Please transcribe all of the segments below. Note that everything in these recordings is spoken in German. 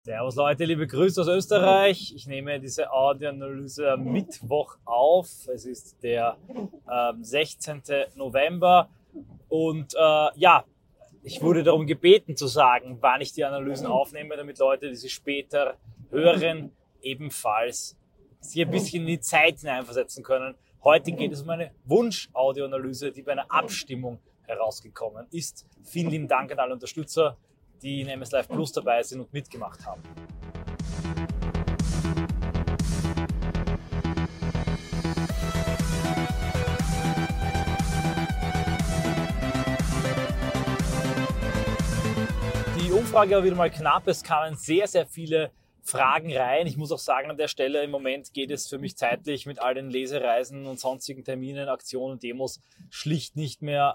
Servus Leute, liebe Grüße aus Österreich. Ich nehme diese Audioanalyse am Mittwoch auf. Es ist der 16. November und ich wurde darum gebeten zu sagen, wann ich die Analysen aufnehme, damit Leute, die sie später hören, ebenfalls sich ein bisschen in die Zeit hineinversetzen können. Heute geht es um eine Wunsch-Audioanalyse, die bei einer Abstimmung herausgekommen ist. Vielen lieben Dank an alle Unterstützer, die in MS Live Plus dabei sind und mitgemacht haben. Die Umfrage war wieder mal knapp, es kamen sehr, sehr viele Fragen rein. Ich muss auch sagen, an der Stelle im Moment geht es für mich zeitlich mit all den Lesereisen und sonstigen Terminen, Aktionen, Demos sich nicht mehr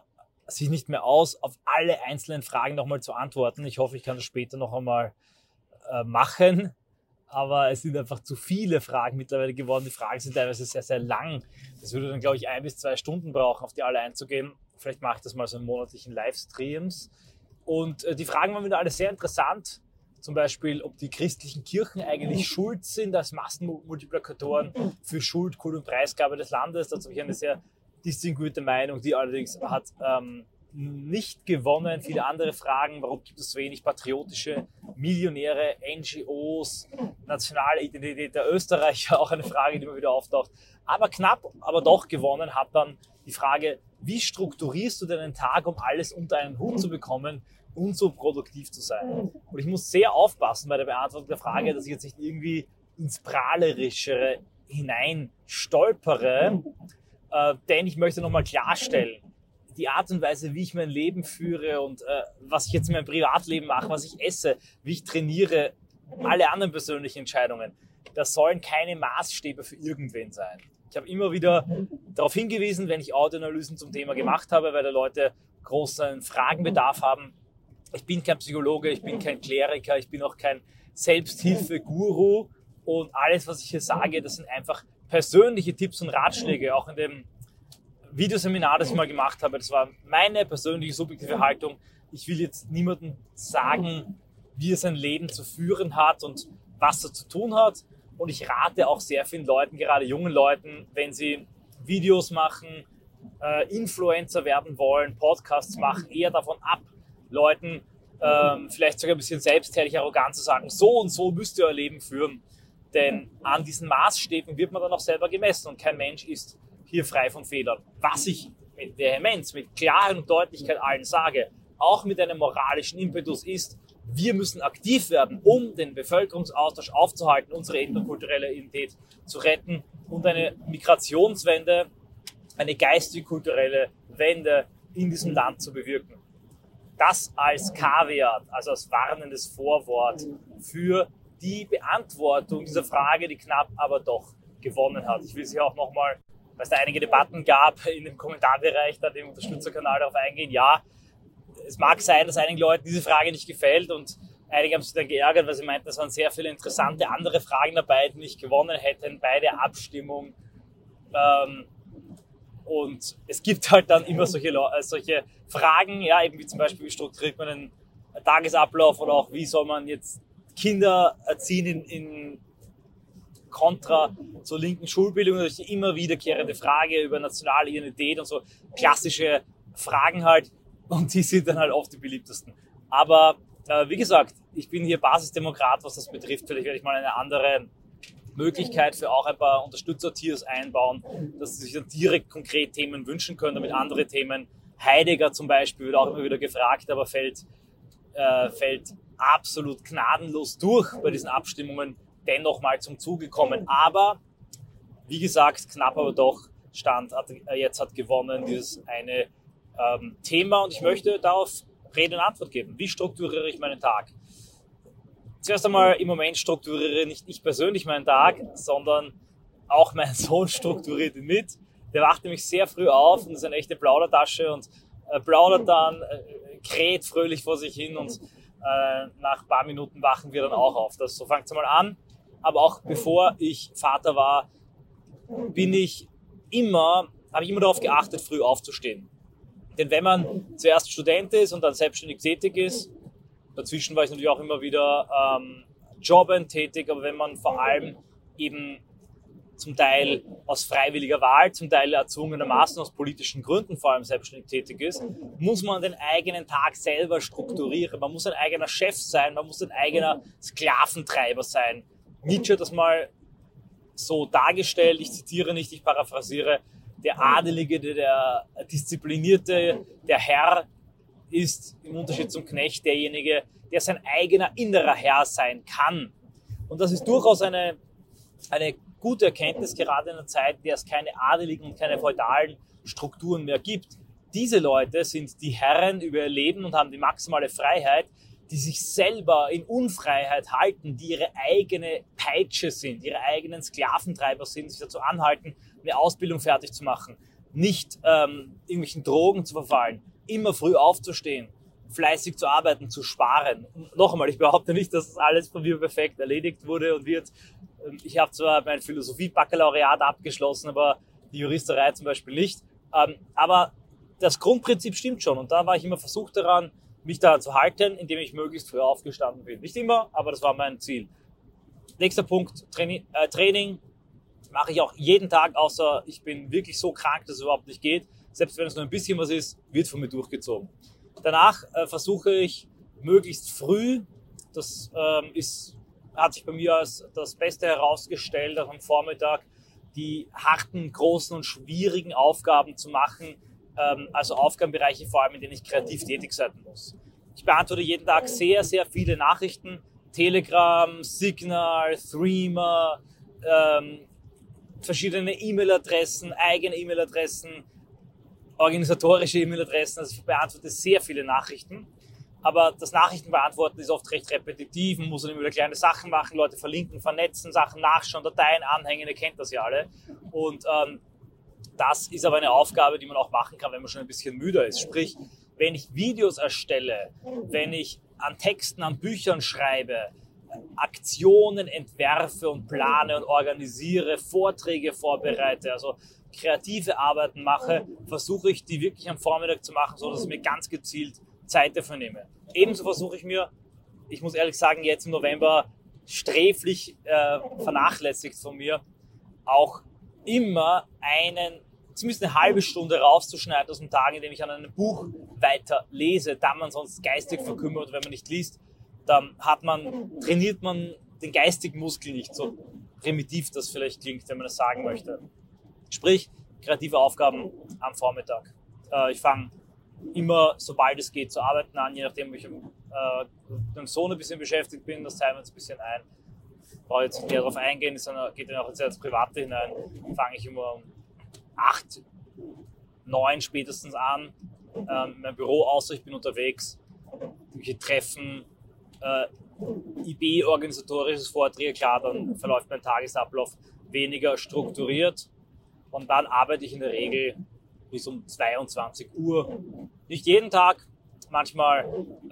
aus, auf alle einzelnen Fragen nochmal zu antworten. Ich hoffe, ich kann das später noch einmal machen, aber es sind einfach zu viele Fragen mittlerweile geworden. Die Fragen sind teilweise sehr, sehr lang. Das würde dann, glaube ich, 1 bis 2 Stunden brauchen, auf die alle einzugehen. Vielleicht mache ich das mal so in monatlichen Livestreams. Und die Fragen waren wieder alle sehr interessant. Zum Beispiel, ob die christlichen Kirchen eigentlich schuld sind als Massenmultiplikatoren für Schuld, Kult und Preisgabe des Landes. Dazu habe ich eine sehr distinguierte Meinung, die allerdings hat nicht gewonnen. Viele andere Fragen, warum gibt es so wenig patriotische Millionäre, NGOs, nationale Identität der Österreicher, auch eine Frage, die immer wieder auftaucht. Aber knapp, aber doch gewonnen hat dann die Frage, wie strukturierst du deinen Tag, um alles unter einen Hut zu bekommen und so produktiv zu sein? Und ich muss sehr aufpassen bei der Beantwortung der Frage, dass ich jetzt nicht irgendwie ins Prahlerischere hinein stolpere, denn ich möchte nochmal klarstellen, die Art und Weise, wie ich mein Leben führe und was ich jetzt in meinem Privatleben mache, was ich esse, wie ich trainiere, alle anderen persönlichen Entscheidungen, das sollen keine Maßstäbe für irgendwen sein. Ich habe immer wieder darauf hingewiesen, wenn ich Audioanalysen zum Thema gemacht habe, weil die Leute großen Fragenbedarf haben. Ich bin kein Psychologe, ich bin kein Kleriker, ich bin auch kein Selbsthilfe-Guru und alles, was ich hier sage, das sind einfach persönliche Tipps und Ratschläge. Auch in dem Videoseminar, das ich mal gemacht habe, das war meine persönliche subjektive Haltung. Ich will jetzt niemandem sagen, wie er sein Leben zu führen hat und was er zu tun hat. Und ich rate auch sehr vielen Leuten, gerade jungen Leuten, wenn sie Videos machen, Influencer werden wollen, Podcasts machen, eher davon ab, Leuten vielleicht sogar ein bisschen selbstherrlich arrogant zu sagen, so und so müsst ihr euer Leben führen. Denn an diesen Maßstäben wird man dann auch selber gemessen und kein Mensch ist hier frei von Fehlern. Was ich mit Vehemenz, mit Klarheit und Deutlichkeit allen sage, auch mit einem moralischen Impetus ist, wir müssen aktiv werden, um den Bevölkerungsaustausch aufzuhalten, unsere ethnokulturelle Identität zu retten und eine Migrationswende, eine geistig-kulturelle Wende in diesem Land zu bewirken. Das als Kaviar, also als warnendes Vorwort für die Beantwortung dieser Frage, die knapp aber doch gewonnen hat. Ich will sie auch nochmal, weil es da einige Debatten gab in dem Kommentarbereich, da dem Unterstützerkanal darauf eingehen. Ja, es mag sein, dass einigen Leuten diese Frage nicht gefällt und einige haben sich dann geärgert, weil sie meinten, es waren sehr viele interessante andere Fragen dabei, die nicht gewonnen hätten bei der Abstimmung. Und es gibt halt dann immer solche Fragen, ja, eben wie zum Beispiel, wie strukturiert man einen Tagesablauf oder auch wie soll man jetzt Kinder erziehen in Kontra zur linken Schulbildung, durch die immer wiederkehrende Frage über nationale Identität und so klassische Fragen halt, und die sind dann halt oft die beliebtesten. Aber wie gesagt, ich bin hier Basisdemokrat, was das betrifft. Vielleicht werde ich mal eine andere Möglichkeit für auch ein paar Unterstützertiers einbauen, dass sie sich dann direkt konkret Themen wünschen können, damit andere Themen, Heidegger zum Beispiel, wird auch immer wieder gefragt, aber fällt absolut gnadenlos durch bei diesen Abstimmungen, dennoch mal zum Zuge kommen. Aber, wie gesagt, knapp aber doch jetzt hat gewonnen dieses eine Thema und ich möchte darauf Rede und Antwort geben. Wie strukturiere ich meinen Tag? Zuerst einmal, im Moment strukturiere nicht ich persönlich meinen Tag, sondern auch mein Sohn strukturiert ihn mit. Der wacht nämlich sehr früh auf und ist eine echte Plaudertasche und plaudert dann, kräht fröhlich vor sich hin und nach ein paar Minuten wachen wir dann auch auf. So fängt es mal an. Aber auch bevor ich Vater war, habe ich immer darauf geachtet, früh aufzustehen. Denn wenn man zuerst Student ist und dann selbstständig tätig ist, dazwischen war ich natürlich auch immer wieder Jobbend tätig, aber wenn man vor allem eben zum Teil aus freiwilliger Wahl, zum Teil erzwungenermaßen aus politischen Gründen vor allem selbstständig tätig ist, muss man den eigenen Tag selber strukturieren. Man muss ein eigener Chef sein, man muss ein eigener Sklaventreiber sein. Nietzsche hat das mal so dargestellt, ich zitiere nicht, ich paraphrasiere: Der Adelige, der Disziplinierte, der Herr ist im Unterschied zum Knecht derjenige, der sein eigener innerer Herr sein kann. Und das ist durchaus eine gute Erkenntnis, gerade in einer Zeit, in der es keine adeligen und keine feudalen Strukturen mehr gibt. Diese Leute sind die Herren über ihr Leben und haben die maximale Freiheit, die sich selber in Unfreiheit halten, die ihre eigene Peitsche sind, ihre eigenen Sklaventreiber sind, sich dazu anhalten, eine Ausbildung fertig zu machen, nicht irgendwelchen Drogen zu verfallen, immer früh aufzustehen, fleißig zu arbeiten, zu sparen. Und noch einmal, ich behaupte nicht, dass das alles von mir perfekt erledigt wurde und wird. Ich habe zwar mein Philosophie-Baccalaureat abgeschlossen, aber die Juristerei zum Beispiel nicht. Aber das Grundprinzip stimmt schon. Und da war ich immer versucht daran, mich daran zu halten, indem ich möglichst früh aufgestanden bin. Nicht immer, aber das war mein Ziel. Nächster Punkt, Training mache ich auch jeden Tag, außer ich bin wirklich so krank, dass es überhaupt nicht geht. Selbst wenn es nur ein bisschen was ist, wird von mir durchgezogen. Danach versuche ich möglichst früh, das hat sich bei mir als das Beste herausgestellt, auch am Vormittag, die harten, großen und schwierigen Aufgaben zu machen, also Aufgabenbereiche vor allem, in denen ich kreativ tätig sein muss. Ich beantworte jeden Tag sehr, sehr viele Nachrichten, Telegram, Signal, Threema, verschiedene E-Mail-Adressen, eigene E-Mail-Adressen, organisatorische E-Mail-Adressen, also ich beantworte sehr viele Nachrichten. Aber das Nachrichtenbeantworten ist oft recht repetitiv, man muss dann immer wieder kleine Sachen machen, Leute verlinken, vernetzen, Sachen nachschauen, Dateien anhängen, ihr kennt das ja alle. Und das ist aber eine Aufgabe, die man auch machen kann, wenn man schon ein bisschen müder ist. Sprich, wenn ich Videos erstelle, wenn ich an Texten, an Büchern schreibe, Aktionen entwerfe und plane und organisiere, Vorträge vorbereite, also kreative Arbeiten mache, versuche ich, die wirklich am Vormittag zu machen, sodass ich mir ganz gezielt Zeit dafür nehme. Ebenso versuche ich mir, ich muss ehrlich sagen, jetzt im November sträflich vernachlässigt von mir, auch immer zumindest eine halbe Stunde rauszuschneiden aus dem Tag, in dem ich an einem Buch weiter lese, da man sonst geistig verkümmert, wenn man nicht liest, dann trainiert man den geistigen Muskel nicht, so primitiv das vielleicht klingt, wenn man das sagen möchte. Sprich, kreative Aufgaben am Vormittag. Ich fange immer, sobald es geht, zu arbeiten an, je nachdem, ob ich mit dem Sohn ein bisschen beschäftigt bin, das teilen wir uns ein bisschen ein. Ich brauche jetzt nicht darauf eingehen, geht dann auch jetzt ins Private hinein, fange ich immer um 8, 9 spätestens an, mein Büro, außer ich bin unterwegs, irgendwelche Treffen, IB-organisatorisches Vorträge, klar, dann verläuft mein Tagesablauf weniger strukturiert und dann arbeite ich in der Regel bis um 22 Uhr. Nicht jeden Tag, manchmal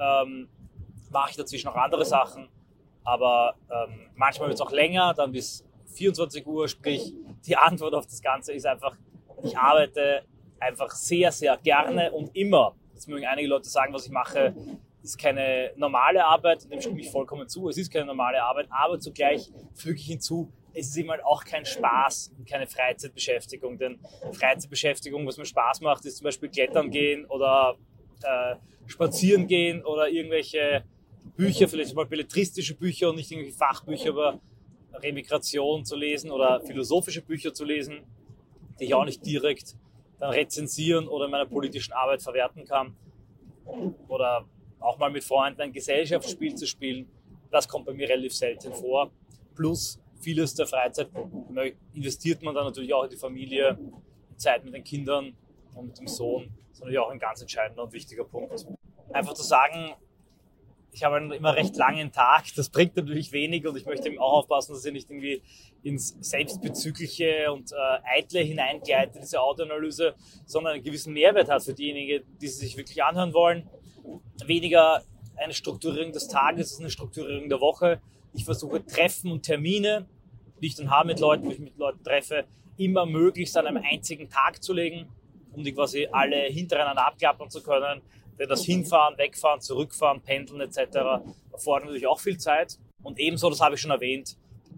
mache ich dazwischen noch andere Sachen, aber manchmal wird es auch länger, dann bis 24 Uhr, sprich die Antwort auf das Ganze ist einfach, ich arbeite einfach sehr, sehr gerne und immer. Jetzt mögen einige Leute sagen, was ich mache, ist keine normale Arbeit, dem stimme ich vollkommen zu, es ist keine normale Arbeit, aber zugleich füge ich hinzu, es ist eben halt auch kein Spaß und keine Freizeitbeschäftigung, denn Freizeitbeschäftigung, was mir Spaß macht, ist zum Beispiel Klettern gehen oder spazieren gehen oder irgendwelche Bücher, vielleicht mal belletristische Bücher und nicht irgendwelche Fachbücher über Remigration zu lesen oder philosophische Bücher zu lesen, die ich auch nicht direkt dann rezensieren oder in meiner politischen Arbeit verwerten kann. Oder auch mal mit Freunden ein Gesellschaftsspiel zu spielen, das kommt bei mir relativ selten vor. Plus vieles der Freizeit investiert man dann natürlich auch in die Familie, Zeit mit den Kindern und mit dem Sohn. Das ist natürlich auch ein ganz entscheidender und wichtiger Punkt. Einfach zu sagen, ich habe einen immer recht langen Tag, das bringt natürlich wenig und ich möchte eben auch aufpassen, dass ich nicht irgendwie ins Selbstbezügliche und Eitle hineingleite, diese Autoanalyse, sondern einen gewissen Mehrwert hat für diejenigen, die sie sich wirklich anhören wollen. Weniger eine Strukturierung des Tages, es ist eine Strukturierung der Woche. Ich versuche Treffen und Termine, die ich dann habe mit Leuten, wo ich mit Leuten treffe, immer möglichst an einem einzigen Tag zu legen, um die quasi alle hintereinander abklappern zu können. Denn das Hinfahren, Wegfahren, Zurückfahren, Pendeln etc. erfordert natürlich auch viel Zeit. Und ebenso, das habe ich schon erwähnt,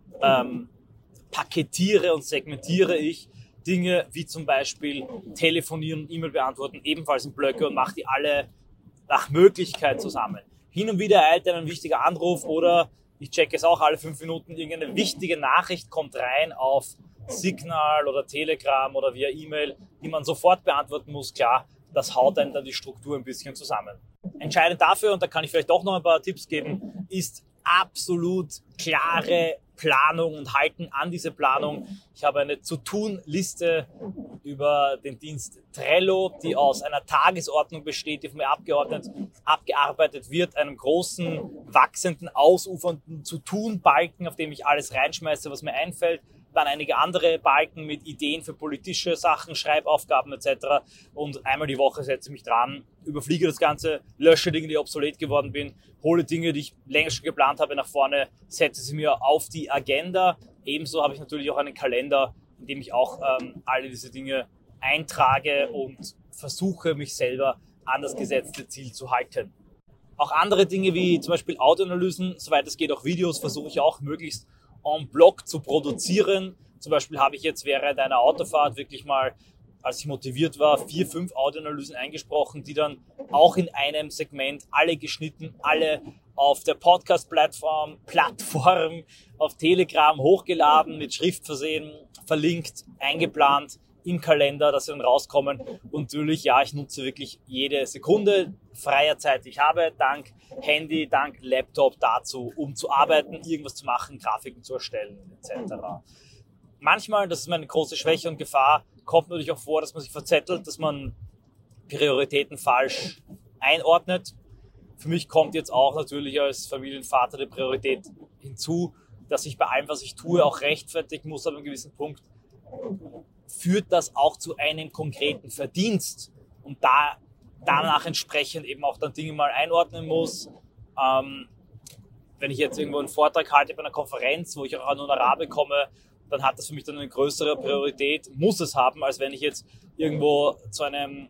paketiere und segmentiere ich Dinge wie zum Beispiel Telefonieren und E-Mail beantworten ebenfalls in Blöcke und mache die alle nach Möglichkeit zusammen. Hin und wieder eilt ein wichtiger Anruf oder ich checke es auch alle 5 Minuten, irgendeine wichtige Nachricht kommt rein auf Signal oder Telegram oder via E-Mail, die man sofort beantworten muss. Klar, das haut dann die Struktur ein bisschen zusammen. Entscheidend dafür, und da kann ich vielleicht auch noch ein paar Tipps geben, ist absolut klare Planung und halten an diese Planung. Ich habe eine To-Tun-Liste über den Dienst Trello, die aus einer Tagesordnung besteht, die von mir abgearbeitet wird, einem großen, wachsenden, ausufernden To-Tun-Balken, auf dem ich alles reinschmeiße, was mir einfällt. Dann einige andere Balken mit Ideen für politische Sachen, Schreibaufgaben etc. Und einmal die Woche setze ich mich dran, überfliege das Ganze, lösche Dinge, die obsolet geworden bin, hole Dinge, die ich länger schon geplant habe, nach vorne, setze sie mir auf die Agenda. Ebenso habe ich natürlich auch einen Kalender, in dem ich auch alle diese Dinge eintrage und versuche, mich selber an das gesetzte Ziel zu halten. Auch andere Dinge wie zum Beispiel Audioanalysen, soweit es geht auch Videos, versuche ich auch möglichst en bloc zu produzieren. Zum Beispiel habe ich jetzt während einer Autofahrt wirklich mal, als ich motiviert war, 4, 5 Audioanalysen eingesprochen, die dann auch in einem Segment alle geschnitten, alle auf der Podcast-Plattform, auf Telegram hochgeladen, mit Schrift versehen, verlinkt, eingeplant im Kalender, dass sie dann rauskommen. Und natürlich, ja, ich nutze wirklich jede Sekunde freier Zeit, die ich habe, dank Handy, dank Laptop dazu, um zu arbeiten, irgendwas zu machen, Grafiken zu erstellen, etc. Manchmal, das ist meine große Schwäche und Gefahr, kommt natürlich auch vor, dass man sich verzettelt, dass man Prioritäten falsch einordnet. Für mich kommt jetzt auch natürlich als Familienvater die Priorität hinzu, dass ich bei allem, was ich tue, auch rechtfertigen muss, ab einem gewissen Punkt führt das auch zu einem konkreten Verdienst und danach entsprechend eben auch dann Dinge mal einordnen muss. Wenn ich jetzt irgendwo einen Vortrag halte bei einer Konferenz, wo ich auch ein Honorar bekomme, dann hat das für mich dann eine größere Priorität, muss es haben, als wenn ich jetzt irgendwo zu einem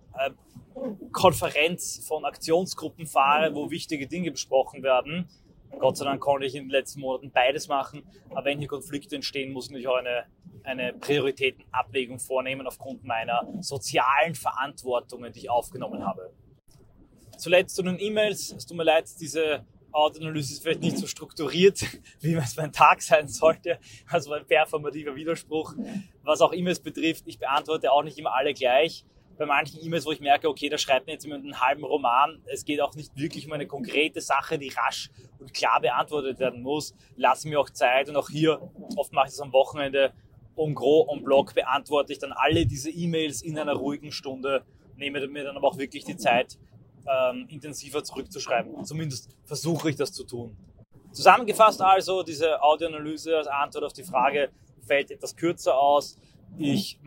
Konferenz von Aktionsgruppen fahre, wo wichtige Dinge besprochen werden. Gott sei Dank konnte ich in den letzten Monaten beides machen, aber wenn hier Konflikte entstehen, muss ich natürlich auch eine Prioritätenabwägung vornehmen aufgrund meiner sozialen Verantwortungen, die ich aufgenommen habe. Zuletzt zu den E-Mails. Es tut mir leid, diese Audioanalyse ist vielleicht nicht so strukturiert, wie es mein Tag sein sollte. Also ein performativer Widerspruch. Was auch E-Mails betrifft, ich beantworte auch nicht immer alle gleich. Bei manchen E-Mails, wo ich merke, okay, da schreibt mir jetzt jemand einen halben Roman, es geht auch nicht wirklich um eine konkrete Sache, die rasch und klar beantwortet werden muss, lasse mir auch Zeit und auch hier, oft mache ich das am Wochenende, en gros, en bloc beantworte ich dann alle diese E-Mails in einer ruhigen Stunde, nehme mir dann aber auch wirklich die Zeit, intensiver zurückzuschreiben. Zumindest versuche ich das zu tun. Zusammengefasst also, diese Audioanalyse als Antwort auf die Frage fällt etwas kürzer aus. Ich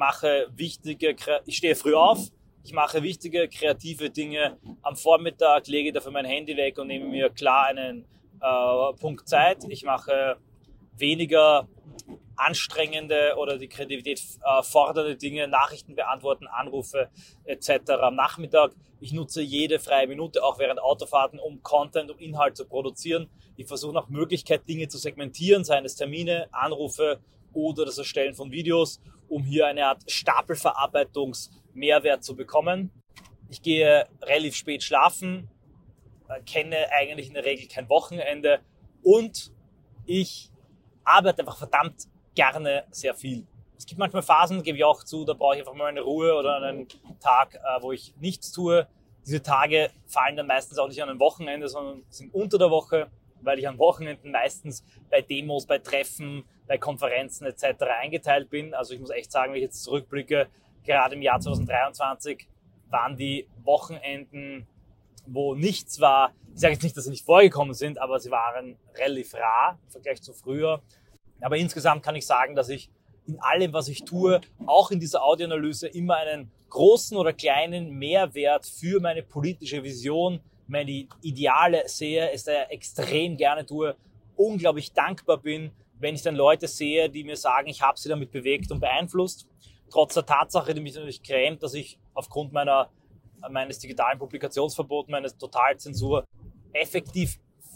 stehe früh auf, ich mache wichtige, kreative Dinge am Vormittag, lege dafür mein Handy weg und nehme mir klar einen Punkt Zeit. Ich mache weniger anstrengende oder die Kreativität fordernde Dinge, Nachrichten beantworten, Anrufe etc. am Nachmittag. Ich nutze jede freie Minute, auch während Autofahrten, um Content, um Inhalt zu produzieren. Ich versuche nach Möglichkeit, Dinge zu segmentieren, seien es Termine, Anrufe oder das Erstellen von Videos, um hier eine Art Stapelverarbeitungs-Mehrwert zu bekommen. Ich gehe relativ spät schlafen, kenne eigentlich in der Regel kein Wochenende und ich arbeite einfach verdammt gerne sehr viel. Es gibt manchmal Phasen, gebe ich auch zu, da brauche ich einfach mal eine Ruhe oder einen Tag, wo ich nichts tue. Diese Tage fallen dann meistens auch nicht an einem Wochenende, sondern sind unter der Woche, weil ich an Wochenenden meistens bei Demos, bei Treffen, bei Konferenzen etc. eingeteilt bin. Also ich muss echt sagen, wenn ich jetzt zurückblicke, gerade im Jahr 2023 waren die Wochenenden, wo nichts war. Ich sage jetzt nicht, dass sie nicht vorgekommen sind, aber sie waren relativ rar im Vergleich zu früher. Aber insgesamt kann ich sagen, dass ich in allem, was ich tue, auch in dieser Audioanalyse immer einen großen oder kleinen Mehrwert für meine politische Vision, meine Ideale sehe, es da extrem gerne tue, unglaublich dankbar bin, wenn ich dann Leute sehe, die mir sagen, ich habe sie damit bewegt und beeinflusst. Trotz der Tatsache, die mich natürlich grämt, dass ich aufgrund meines digitalen Publikationsverbots, meines Totalzensur effektiv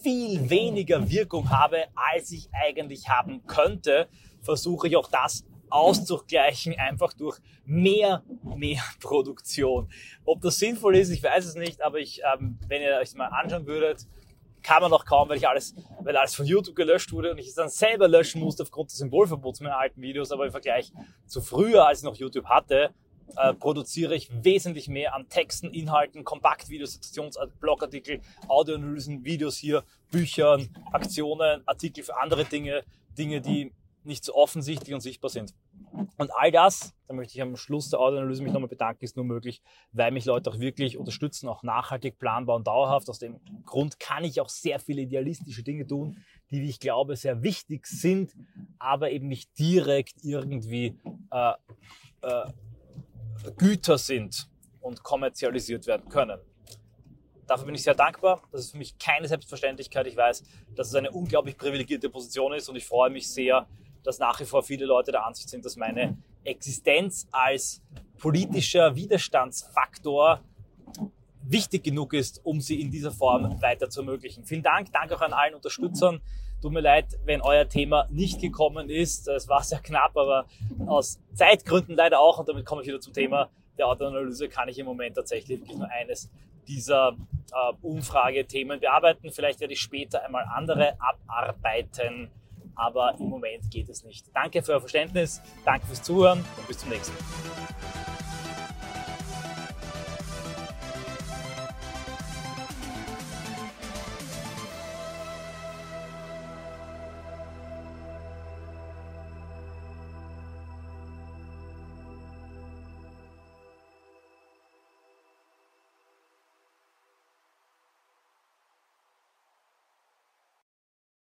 viel weniger Wirkung habe, als ich eigentlich haben könnte, versuche ich auch das auszugleichen, einfach durch mehr Produktion. Ob das sinnvoll ist, ich weiß es nicht, aber wenn ihr euch mal anschauen würdet, kann man noch kaum, weil alles von YouTube gelöscht wurde und ich es dann selber löschen musste aufgrund des Symbolverbots meiner alten Videos, aber im Vergleich zu früher, als ich noch YouTube hatte, produziere ich wesentlich mehr an Texten, Inhalten, Kompaktvideos, Blogartikel, Audioanalysen, Videos hier, Büchern, Aktionen, Artikel für andere Dinge, die nicht so offensichtlich und sichtbar sind. Und all das, da möchte ich am Schluss der Audioanalyse mich nochmal bedanken, ist nur möglich, weil mich Leute auch wirklich unterstützen, auch nachhaltig, planbar und dauerhaft. Aus dem Grund kann ich auch sehr viele idealistische Dinge tun, die, wie ich glaube, sehr wichtig sind, aber eben nicht direkt irgendwie Güter sind und kommerzialisiert werden können. Dafür bin ich sehr dankbar. Das ist für mich keine Selbstverständlichkeit. Ich weiß, dass es eine unglaublich privilegierte Position ist und ich freue mich sehr, dass nach wie vor viele Leute der Ansicht sind, dass meine Existenz als politischer Widerstandsfaktor wichtig genug ist, um sie in dieser Form weiter zu ermöglichen. Vielen Dank. Danke auch an allen Unterstützern. Tut mir leid, wenn euer Thema nicht gekommen ist. Es war sehr knapp, aber aus Zeitgründen leider auch. Und damit komme ich wieder zum Thema der Audioanalyse. Kann ich im Moment tatsächlich wirklich nur eines dieser Umfragethemen bearbeiten. Vielleicht werde ich später einmal andere abarbeiten. Aber im Moment geht es nicht. Danke für euer Verständnis, danke fürs Zuhören und bis zum nächsten Mal.